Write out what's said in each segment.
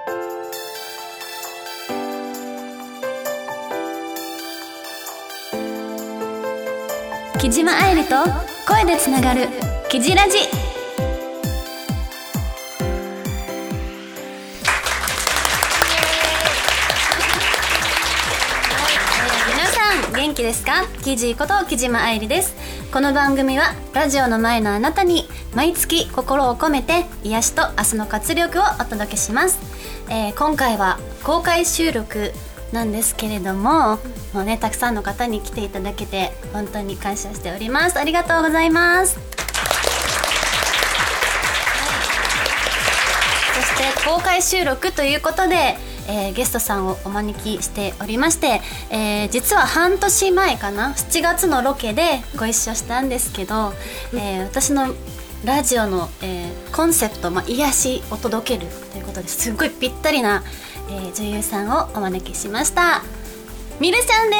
木島愛理と声でつながるキジラジ。皆さん元気ですか？キジこと木島愛理です。この番組はラジオの前のあなたに毎月心を込めて癒しと明日の活力をお届けします。今回は公開収録なんですけれども、もうね、たくさんの方に来ていただけて本当に感謝しております。ありがとうございます。そして公開収録ということで、ゲストさんをお招きしておりまして、実は半年前かな、7月のロケでご一緒したんですけど、私のラジオの、コンセプト、癒しを届けるということですごいぴったりな、女優さんをお招きしました。ミルちゃんです。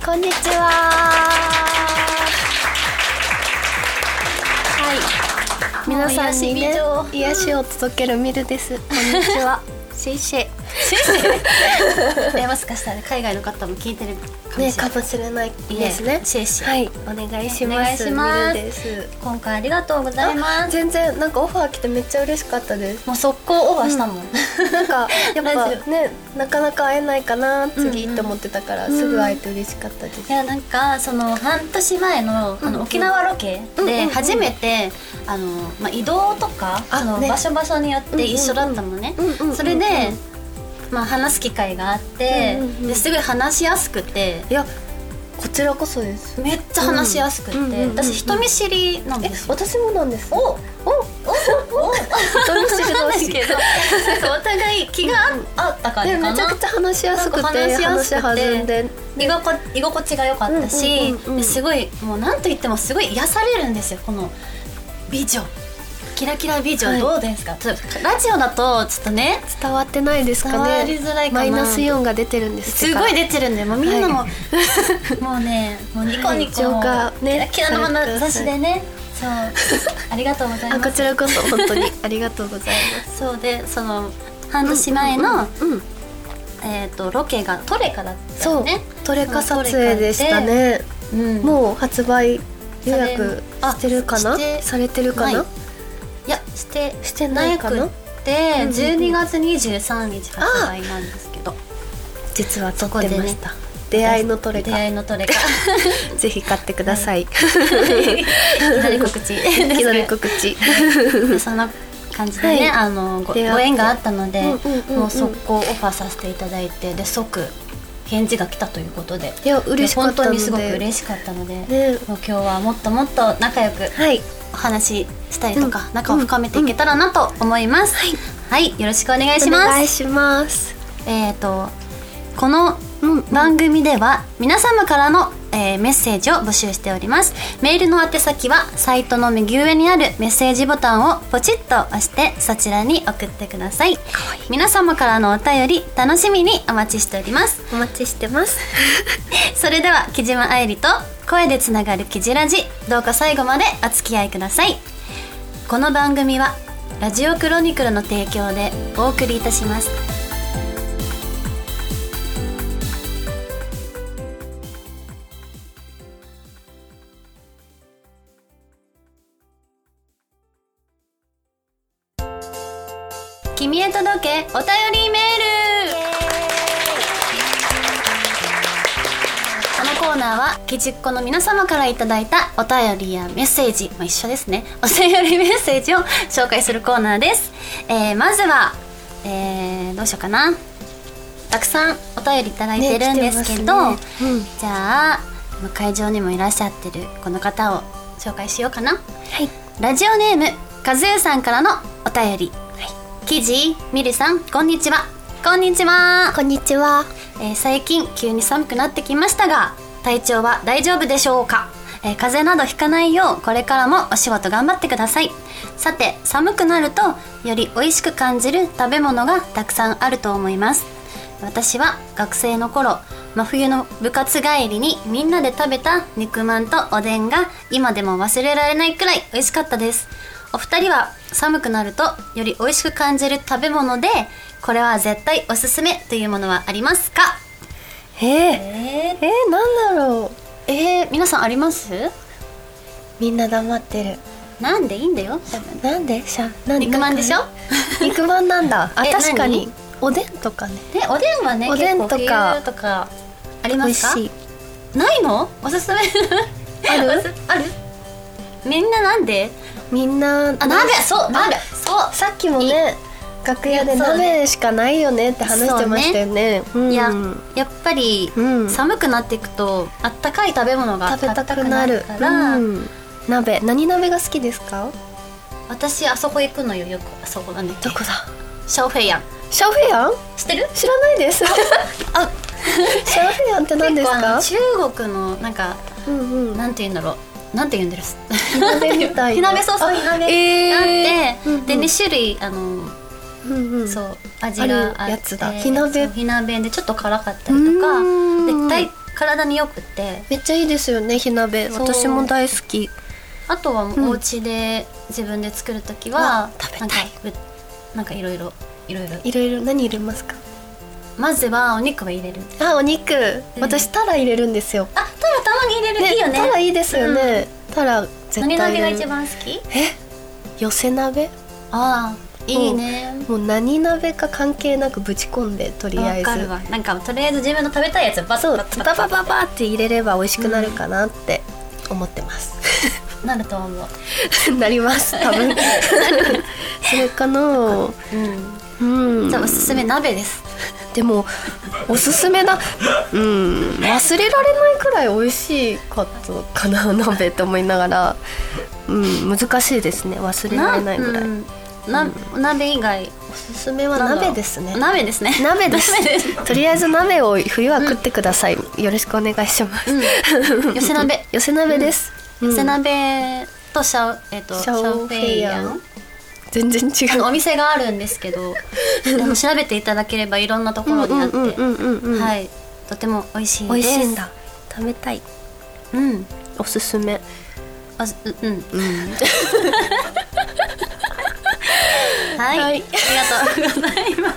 こんにちは。はい、皆さんにね、癒しを届けるミルです。こんにちは。シェイシェイ。 もしかしたら海外の方も聞いてるかもしれないですね。 シェイシェイ、 はい、お願いします。ミルです。 今回ありがとうございます。 全然なんかオファー来てめっちゃ嬉しかったです。 もう速攻オファーしたもん、 なんかやっぱね、なかなか会えないかな次って思ってたから、すぐ会えて嬉しかったです。 いや、なんかその半年前の、沖縄ロケで初めて、移動とかその場所場所によって一緒だったのね。それで話す機会があって、ですごい話しやすくて、 いやこちらこそです。 めっちゃ話しやすくて、私人見知りなんですよ。 私もなんです。 お人見知り同士けどお互い気が合った感じかな。 めちゃくちゃ話しやすくて、話弾んで居心地が良かったし、すごいもうなんといってもすごい癒されるんですよ、この美女、キラキラ美女。どうですか？ラジオだとちょっとね伝わってないですかね。 伝わりづらいかな。 マイナスイオンが出てるんです。 すごい出てるんで、もうみんなも、もうね、もうニコニコ、キラキラの眼差しでね。そう、ありがとうございます。 こちらこそ本当にありがとうございます。 そうで、その半年前のロケがトレカだったよね。 トレカ撮影でしたね。もう発売予約してるかな？されてるかな？ いや、してないかな。 で、12月23日発売なんですけど、 実は撮ってました。出会いのトレカ。ぜひ買ってください。いきなり告知。そんな感じでね、ご縁があったので、もう速攻オファーさせていただいて、で即返事が来たということで、 いや嬉しかったので、 本当にすごく嬉しかったので、もう今日はもっともっと仲良くお話ししたりとか、仲を深めていけたらなと思います。はい、よろしくお願いします。 お願いします。 この番組では皆様からの、メッセージを募集しております。メールの宛先はサイトの右上にあるメッセージボタンをポチッと押してそちらに送ってください。皆様からのお便り楽しみにお待ちしております。 お待ちしてます。 それでは木島愛理と声でつながるキジラジ、どうか最後までお付き合いください。この番組はラジオクロニクルの提供でお送りいたします。君へ届けお便りメール。このコーナーはキジっ子の皆様からいただいたお便りやメッセージ、一緒ですね、お便りメッセージを紹介するコーナーです。まずは、どうしようかな、たくさんお便りいただいてるんですけど、じゃあ会場にもいらっしゃってるこの方を紹介しようかな。ラジオネームかずゆさんからのお便り。キジ、ミルさん、こんにちは。こんにちは。 こんにちは。 最近急に寒くなってきましたが、体調は大丈夫でしょうか？風邪などひかないようこれからもお仕事頑張ってください。さて、寒くなるとより美味しく感じる食べ物がたくさんあると思います。私は学生の頃、真冬の部活帰りにみんなで食べた肉まんとおでんが今でも忘れられないくらい美味しかったです。 お二人は寒くなるとより美味しく感じる食べ物でこれは絶対おすすめというものはありますか？ なんだろう。 皆さんあります？ みんな黙ってる。 なんでいいんだよ。 なんで肉まんでしょ？ 肉まんなんだ。確かにおでんとかね。 おでんはね、 おでんとか結構冬とかありますか？ 美味しい。 ないの？おすすめあるみんななんで？ みんな鍋そうさっきもね楽屋で鍋しかないよねって話してましたよね。 やっぱり寒くなっていくとあったかい食べ物が食べたくなるから、鍋何鍋が好きですか？ 私あそこ行くのよ、よく。あそこなんだっけ？ どこだ？ シャオフェイヤン。 シャオフェイヤン知ってる？ 知らないです。シャオフェイヤンって何ですか？ 中国のなんかなんて言うんだろう、なんて言うんです火鍋みたいな。 火鍋、そう火鍋があってで2種類そう味があってやつだ。火鍋でちょっと辛かったりとかで体によくってめっちゃいいですよね、火鍋。私も大好き。 あとはお家で自分で作るときは食べたい。 なんかいろいろ何入れますか？ まずはお肉を入れる。 お肉。私タラ入れるんですよ。 タラたまに入れる。いいよね。 タラいいですよね。タラ絶対入れる。 何鍋が一番好き？ 寄せ鍋？ いいね。 もう何鍋か関係なくぶち込んで、とりあえず。 わかるわ。なんかとりあえず自分の食べたいやつババって入れれば美味しくなるかなって思ってます。 なると思う。 なります多分。それかな。 おすすめ鍋です。 でもおすすめだ。忘れられないくらい美味しかったかな、鍋って思いながら。難しいですね、忘れられないぐらい。 鍋以外おすすめは鍋ですね。 鍋ですね。 鍋です。とりあえず鍋を冬は食ってください。よろしくお願いします。 寄せ鍋。 寄せ鍋です。 寄せ鍋とシャオフェイヤン。 全然違う。 お店があるんですけど、調べていただければいろんなところにあって、はい、とても美味しいです。 美味しいんだ。食べたい。おすすめ。 はい、ありがとうございます。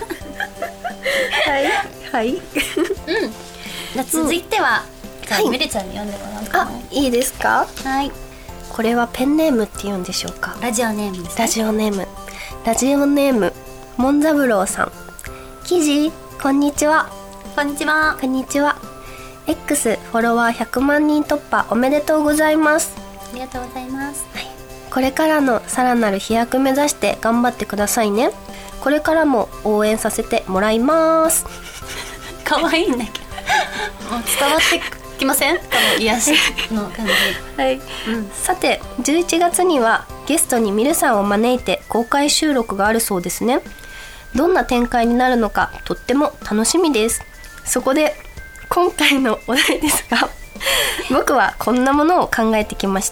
はい。 じゃ続いては、じゃあゆりちゃんに読んでもらおうかな。 いいですか？ はい。 これはペンネームって言うんでしょうか？ ラジオネームですね。 ラジオネームモンザブローさん。記事こんにちは。 こんにちは。 こんにちは。X フォロワー100万人突破おめでとうございます。 ありがとうございます。 これからのさらなる飛躍目指して頑張ってくださいね。これからも応援させてもらいます。 可愛いんだけどもう伝わってきません？この癒しの感じ。 はい、さて11月にはゲストにミルさんを招いて公開収録があるそうですね。どんな展開になるのかとっても楽しみです。そこで今回のお題ですが僕はこんなものを考えてきました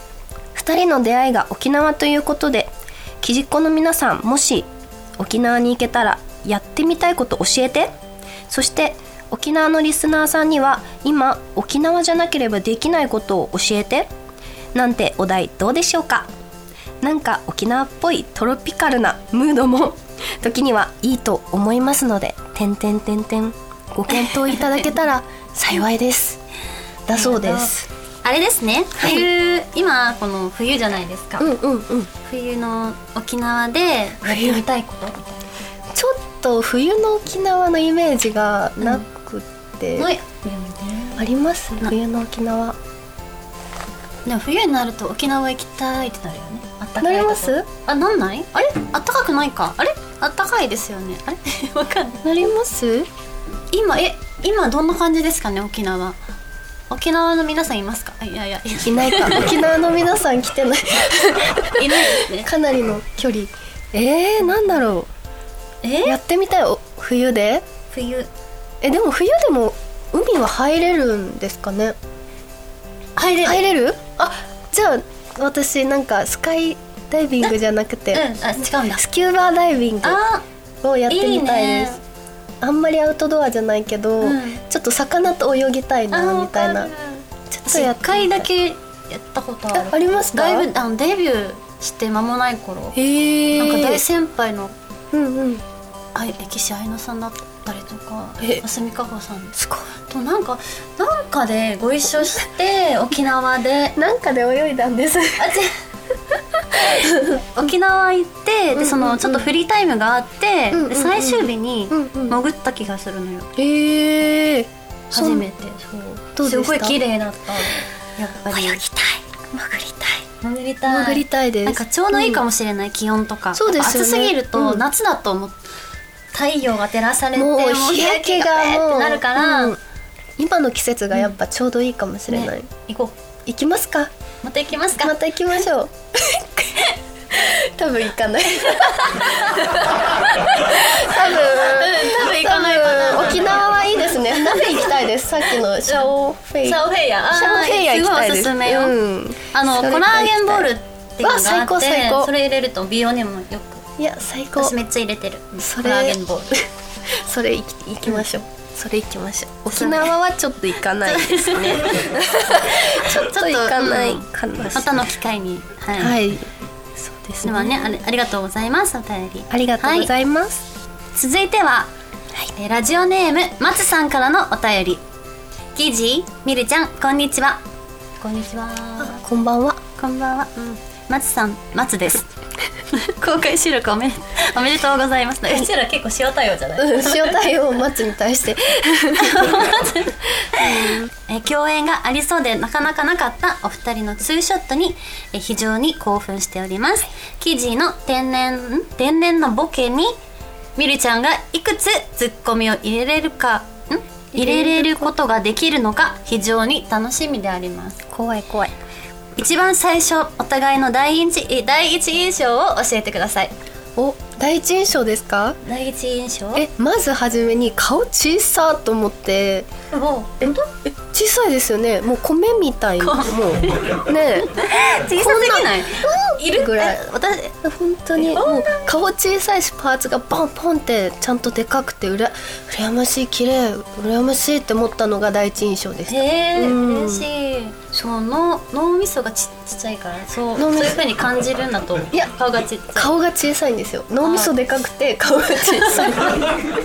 。2人の出会いが沖縄ということで、キジっ子の皆さん、もし沖縄に行けたらやってみたいこと教えて。そして沖縄のリスナーさんには今沖縄じゃなければできないことを教えてなんてお題どうでしょうか。なんか沖縄っぽいトロピカルなムードも時にはいいと思いますのでご検討いただけたら幸いですだそうです。 あれですね、今この冬じゃないですか。冬の沖縄でやってみたいことみたいな。 ちょっと冬の沖縄のイメージがなくて、あります？冬の沖縄。 でも冬になると沖縄行きたいってなるよね。あったかいとこ。 なります？ なんない？あれ？あったかくないか？あれ？あったかいですよね。あれ？わかんない。 なります？ 今どんな感じですかね、沖縄。沖縄の皆さんいますか？いないか。沖縄の皆さん来てない。 いないですね。 かなりの距離。なんだろう。やってみたい。冬で？でも冬でも海は入れるんですかね？入れる？じゃあ私なんかスカイダイビングじゃなくて、 違うんだ。 スキューバダイビングをやってみたいです。あんまりアウトドアじゃないけど、ちょっと魚と泳ぎたいなみたいな。ちょっと 1回だけやったことある。 ありますか？ だいぶデビューして間もない頃、なんか大先輩の歴史愛乃さんだったりとか蓮見香穂さんとなんかでご一緒して沖縄でなんかで泳いだんです沖縄行ってでそのちょっとフリータイムがあって、で最終日に潜った気がするのよ。初めて。そうすごい綺麗だった。やっぱり泳ぎたい、 潜りたいです。なんかちょうどいいかもしれない、気温とか。そうですよね。暑すぎると夏だと太陽が照らされてもう日焼けがってなるから、 今の季節がやっぱちょうどいいかもしれない。 行きますか。 また行きますか。 また行きましょう多分行かない多分行かないかな。沖縄はいいですね。鍋行きたいです。さっきのシャオフェイヤ行きたいです。すごいおすすめよ。コラーゲンボールっていうのがあって、それ入れると美容にもよく。 いや最高。 私めっちゃ入れてる。コラーゲンボールそれ行きましょう。それ行きましょう。沖縄はちょっと行かないですねちょっと行かないかな。 またの機会に。はい、 そうですね。ではね、ありがとうございます。お便りありがとうございます。 続いては、ラジオネーム松さんからのお便り。キジみるちゃん、こんにちは。こんにちは。 こんばんは。 こんばんは。松さん、松です公開収録おめでとうございます。うちら結構塩対応じゃない、 塩対応松に対して共演がありそうでなかなかなかったお二人のツーショットに非常に興奮しております。記事の天然なボケにみるちゃんがいくつツッコミを入れれることができるのか非常に楽しみであります。 怖い。 一番最初お互いの第一印象を教えてください。 第一印象ですか？ 第一印象？ まずはじめに顔小さと思って。小さいですよね。もう米みたい。もうね小さすぎない？いるぐらい。私本当にもう顔小さいしパーツがポンポンってちゃんとでかくて羨ましい、綺麗、羨ましいって思ったのが第一印象でした。 嬉しい。そう脳みそがちっちゃいからそういう風に感じるんだと。いや顔が小さいんですよ。脳みそでかくて顔が小さいほらきっ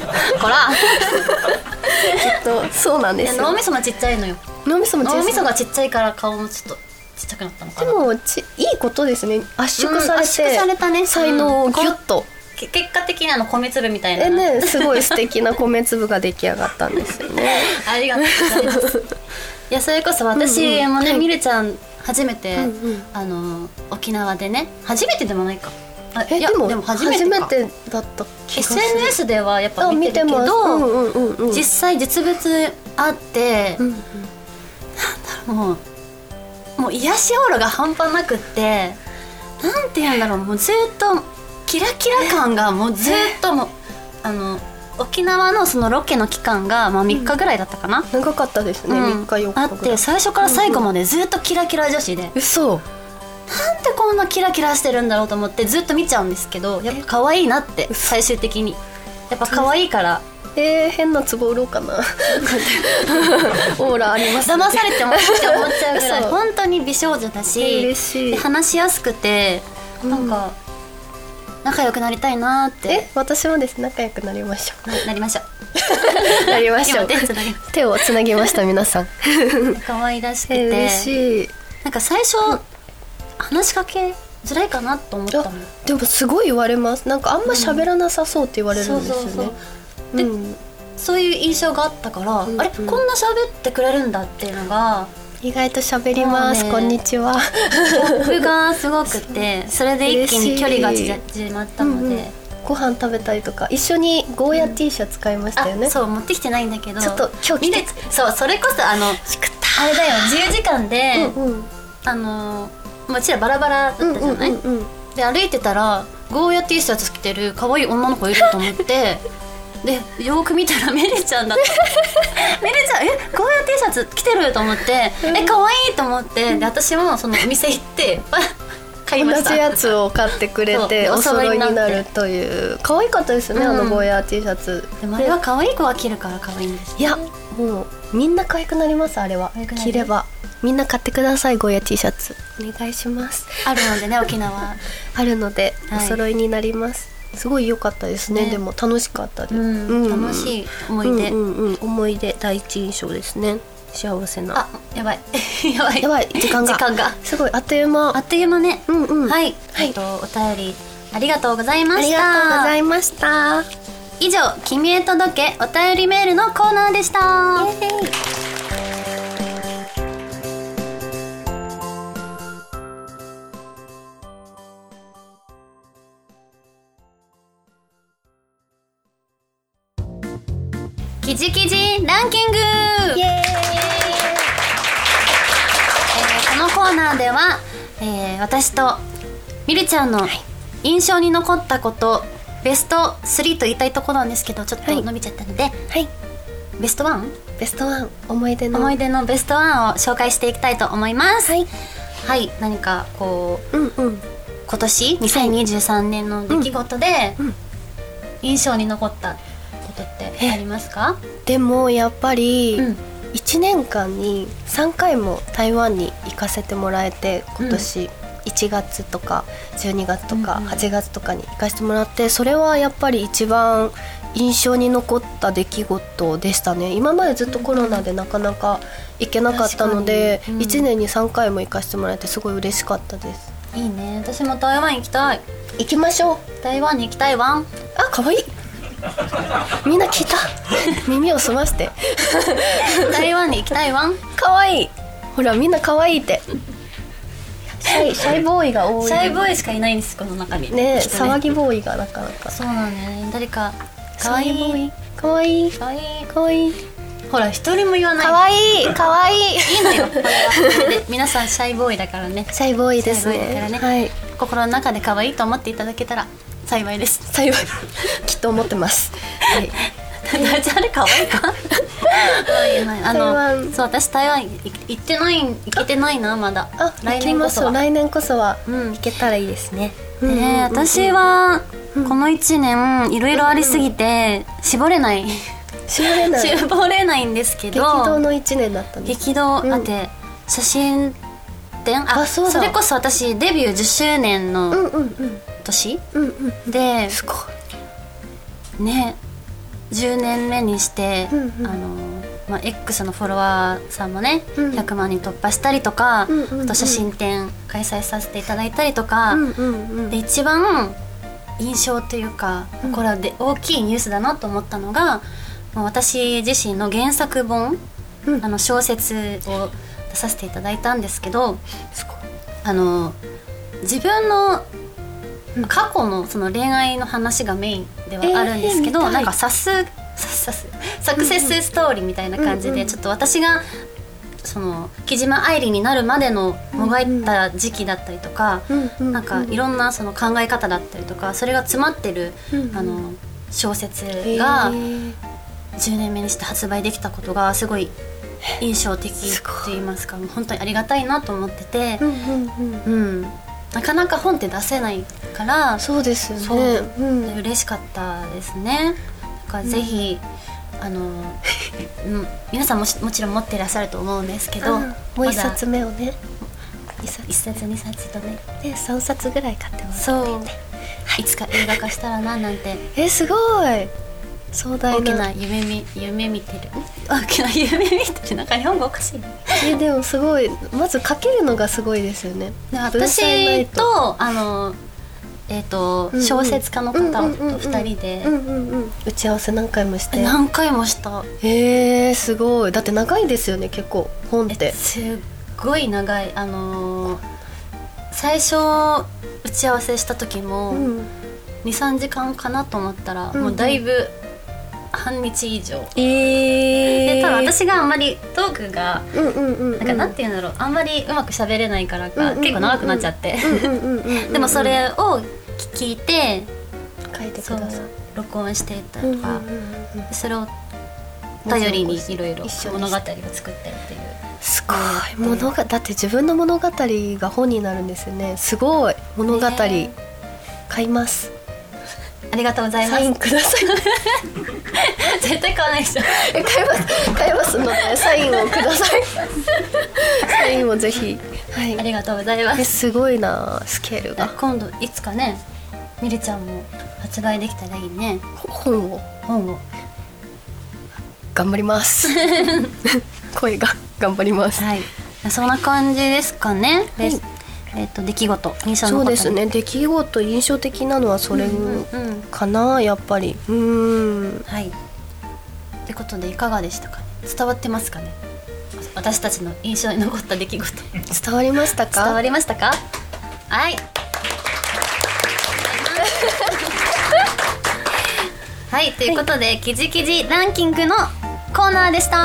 とそうなんですよ。 脳みそがちっちゃいのよ。 脳みそがちっちゃいから顔もちょっとちっちゃくなったのかな。 でもいいことですね。圧縮されて、 圧縮されたね。 才能をギュッと、 結果的に米粒みたいなすごい素敵な米粒が出来上がったんですよねありがとうございますいやそれこそ私もね、みるちゃん初めて、沖縄でね、初めてでもないか。 でも初めてだった気がする。 SNS ではやっぱ見てるけど、実際実物あって、なんだろう、もう癒しオーラが半端なくって、なんて言うんだろう、もうずっとキラキラ感がもうずっともう沖縄のそのロケの期間が3日ぐらいだったかな。 長かったですね。3日4日ぐらいあって、最初から最後までずっとキラキラ女子で、 嘘、 なんでこんなキラキラしてるんだろうと思ってずっと見ちゃうんですけど、やっぱ可愛いなって。最終的にやっぱ可愛いから、 変な壺売ろうかなオーラありますね。 騙されてもって思っちゃうぐらい本当に美少女だし、 嬉しい。 話しやすくて、なんか仲良くなりたいなって。 私もです。仲良くなりましょう。 なりましょう手をつなぎました皆さん可愛らしくて、 嬉しい。 なんか最初、話しかけづらいかなと思ったの。 でもすごい言われます。なんかあんま喋らなさそうって言われるんですよね。 で、そういう印象があったから、あれこんな喋ってくれるんだっていうのが、 意外と喋ります、こんにちはギャップがすごくて、それで一気に距離が縮まったので、 ご飯食べたりとか一緒にゴーヤ T シャツ買いましたよね。 そう、持ってきてないんだけど、 ちょっと今日着て、 そう、それこそあれだよ、自由時間でうちらバラバラだったじゃない。で歩いてたらゴーヤ T シャツ着てる可愛い女の子いると思ってでよく見たらメリちゃんだったメリちゃんゴーヤ T シャツ着てると思って可愛いと思って、で私もそのお店行って買いました。 同じやつを買ってくれてお揃いになるという。可愛かったですね、ゴーヤ T シャツ。 でもあれは可愛い子が着るから可愛いんです。 いやもうみんな可愛くなります。あれは着ればみんな買ってください。ゴーヤ T シャツお願いします。 あるのでね、沖縄あるので、 はい、 お揃いになります。すごい良かったですね。でも楽しかったです、 楽しい思い出、 思い出第一印象ですね。幸せな。 あ、やばいやばい時間がすごいあっという間ね。はい、お便りありがとうございました。 ありがとうございました。 以上、君へ届けお便りメールのコーナーでした。キジキジランキング。このコーナーでは、私とみるちゃんの印象に残ったこと、ベスト3と言いたいところなんですけど、ちょっと伸びちゃったので、ベスト 1？ ベスト1、思い出のベスト1を紹介していきたいと思います。はい、何かこう、今年2023年の出来事で印象に残ったことってありますか？ でもやっぱり、1年間に3回も台湾に行かせてもらえて、今年1月とか12月とか8月とかに行かせてもらって、それはやっぱり一番印象に残った出来事でしたね。今までずっとコロナでなかなか行けなかったので、1年に3回も行かせてもらえてすごい嬉しかったです。 いいね。私も台湾行きたい。 行きましょう。 台湾に行きたいわん。 あ、かわいい。みんな聞いた？耳を澄まして台湾に行きたいわん。 かわいい。ほらみんなかわいいって。シャイボーイが多い。 シャイボーイしかいないんです、この中にね。騒ぎボーイがなかなか。 そうなんだよね。誰かかわいいかわいいかわいい。 ほら一人も言わない。 かわいいかわいい。 いいのよこれは。で皆さんシャイボーイだからね。 シャイボーイですね。はい。 心の中で可愛いと思っていただけたら幸いです。 幸いきっと思ってます。はい。 あれ可愛いか。そう、私台湾行けてないなまだ。 来年こそは行けたらいいですね。 私はこの1年いろいろありすぎて絞れないんですけど、 激動の1年だったんです。 激動だって写真展、それこそ私デビュー10周年の年ですごいね。10年目にして、X のフォロワーさんもね、100万人突破したりとか、あと写真展開催させていただいたりとか、で一番印象というか、これは大きいニュースだなと思ったのが、私自身の原作本、小説を出させていただいたんですけど、自分の過去のその恋愛の話がメインではあるんですけど、なんかサクセスストーリーみたいな感じで、ちょっと私がその木島愛理になるまでのもがいた時期だったりとか、なんかいろんなその考え方だったりとか、それが詰まってる小説が10年目にして発売できたことがすごい印象的と言いますか、本当にありがたいなと思ってて、なかなか本って出せないから。 そうですよね。 嬉しかったですね。だからぜひ、皆さんもちろん持っていらっしゃると思うんですけど、もう1冊目をね、 1冊2冊とね、 3冊ぐらい買ってもらって、 そういつか映画化したらななんて。 すごい壮大な大きな夢見てる。大きな夢見てる。なんか日本語おかしいね。 でもすごい、まず書けるのがすごいですよね。 私と小説家の方と2人で打ち合わせ何回もして。 何回もした。 すごい。だって長いですよね、結構本って。 すっごい長い。最初打ち合わせした時も 2,3 時間かなと思ったら、もうだいぶ半日以上。で多分私があんまりトークがなんていうんだろう、あんまりうまく喋れないからか、結構長くなっちゃって。でもそれを聞いて書いてください。 録音してたりとか、それを頼りにいろいろ物語を作ってるっていう。 すごい。だって自分の物語が本になるんですよね。すごい。物語買います。 ありがとうございます。 サインください。 絶対買わないでしょ。 買いますのでサインをください。サインをぜひ。はい、 ありがとうございます。 すごいなスケールが。 今度いつかねみるちゃんも発売できたらいいね。 本を頑張ります声が頑張ります。 はい、そんな感じですかね。はい、出来事印象のそうですね、出来事印象的なのはそれかな、やっぱり。 はい。ってことでいかがでしたかね。伝わってますかね。私たちの印象に残った出来事伝わりましたか。 伝わりましたか。はい。はい、ということで、キジキジランキングのコーナーでした。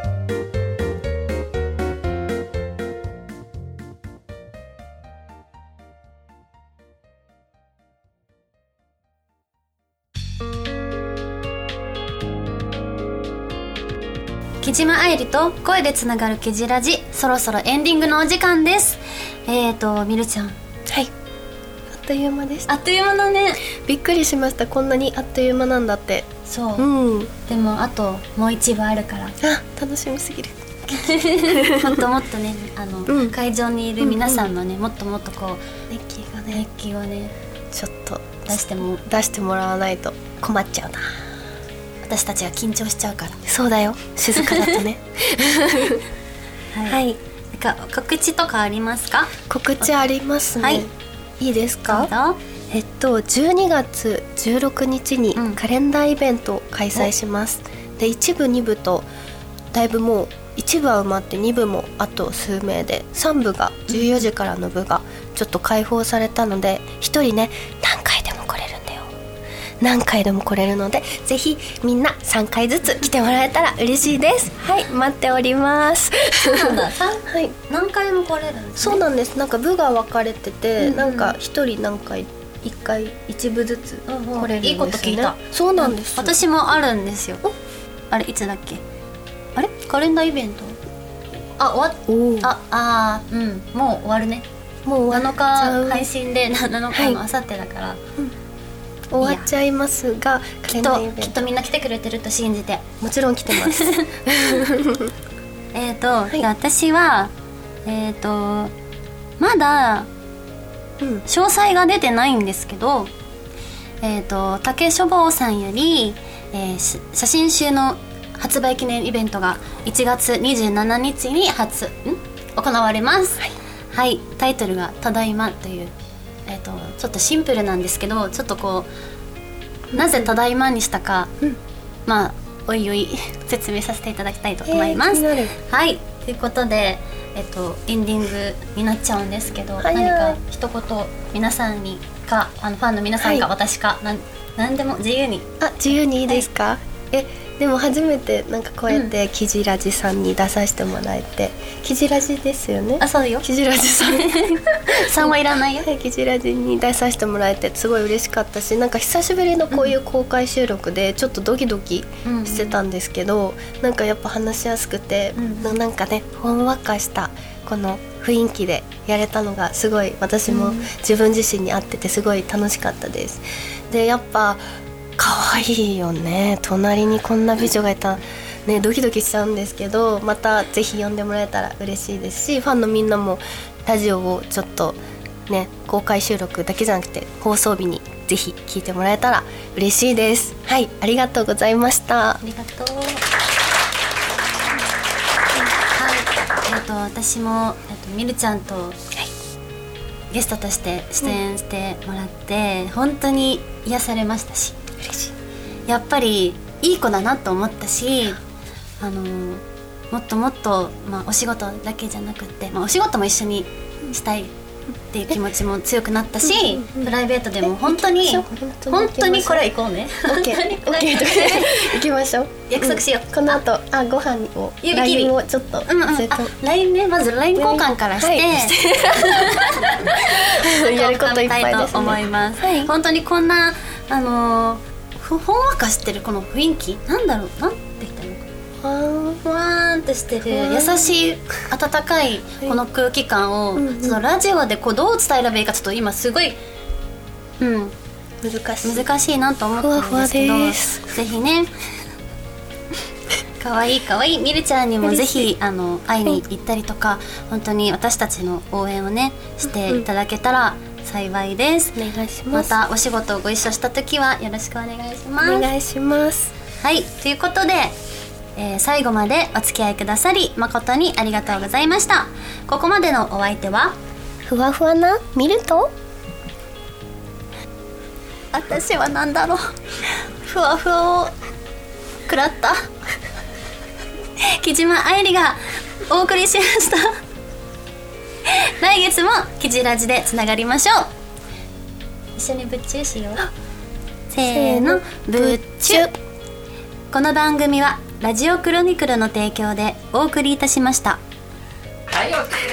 木島愛理と声でつながるキジラジ、そろそろエンディングのお時間です。みるちゃん。 はい。あっという間でした。 あっという間だね。 びっくりしました。こんなにあっという間なんだって。 そう。でもあともう一部あるから。 楽しみすぎる。 もっともっとね、会場にいる皆さんのね、もっともっとこう熱気をね、ちょっと出してもらわないと困っちゃうな。 私たちは緊張しちゃうから。 そうだよ、静かだとね。 はい。なんか告知とかありますか。 告知ありますね。はい、いいですか。12月16日にカレンダーイベントを開催します。で、1部2部とだいぶもう1部は埋まって2部もあと数名で、3部が14時からの部がちょっと開放されたので、1人ね何回でも来れるんだよ。何回でも来れるので、ぜひみんな3回ずつ来てもらえたら嬉しいです。はい、待っております。 そうだ、 はい、 何回も来れるんですね。 そうなんです。なんか部が分かれてて、なんか1人何回1回1部ずつ来れるんですよね。 いいこと聞いた。 そうなんです。 私もあるんですよ。あれいつだっけ。あれカレンダーイベント。もう終わるね。もう7日配信で7日のあさってだから、 終わっちゃいますが、 きっとみんな来てくれてると信じて。 もちろん来てます。 私はまだ詳細が出てないんですけど、竹書房さんより、写真集の発売記念イベントが1月27日に行われます。はい、タイトルがただいまという、ちょっとシンプルなんですけど、ちょっとこうなぜただいまにしたか、まあおいおい説明させていただきたいと思います。はい、ということで、エンディングになっちゃうんですけど、何か一言皆さんにかファンの皆さんか、私か何でも自由に。 自由にいいですか。でも初めてなんかこうやってキジラジさんに出させてもらえて、キジラジですよね。 そうよ、 キジラジさんさんはいらないよ。 キジラジに出させてもらえてすごい嬉しかったし、なんか久しぶりのこういう公開収録でちょっとドキドキしてたんですけど、なんかやっぱ話しやすくて、なんかねほんわかしたこの雰囲気でやれたのがすごい私も自分自身に合っててすごい楽しかったです。で、やっぱ可愛いよね。隣にこんな美女がいたね、ドキドキしちゃうんですけど、またぜひ呼んでもらえたら嬉しいですし、ファンのみんなもラジオをちょっとね、公開収録だけじゃなくて放送日にぜひ聞いてもらえたら嬉しいです。はい、ありがとうございました。 ありがとう。はい、私もみるちゃんと、ゲストとして出演してもらって、本当に癒されましたし、嬉しい。やっぱりいい子だなと思ったし、もっともっと、お仕事だけじゃなくて、お仕事も一緒にしたいっていう気持ちも強くなったし、プライベートでも本当にこれは行こうね。 行きましょう。 約束しよう。 この後ご飯を LINE をちょっと LINE ね、まず LINE 交換からしてやることいっぱいですね。 と思います。本当にこんなほんわかしてるこの雰囲気、なんだろう、なんて言ったのか、ふわーんとしてる優しい温かいこの空気感を、そのラジオでこうどう伝えればいいか、ちょっと今すごい難しいなと思ってるんですけど、 ふわふわです。 ぜひねかわいいみるちゃんにもぜひ会いに行ったりとか、本当に私たちの応援をねしていただけたら幸いです。 お願いします。 またお仕事をご一緒した時はよろしくお願いします。 お願いします。 はい、ということで、最後までお付き合いくださり誠にありがとうございました。ここまでのお相手はふわふわなミルと、 私は何だろうふわふわを食らった木島愛理がお送りしました来月もキジラジでつながりましょう。一緒にぶっちゅうしよう。せーの、ぶっちゅ。この番組はラジオクロニクルの提供でお送りいたしました。 はい、OK。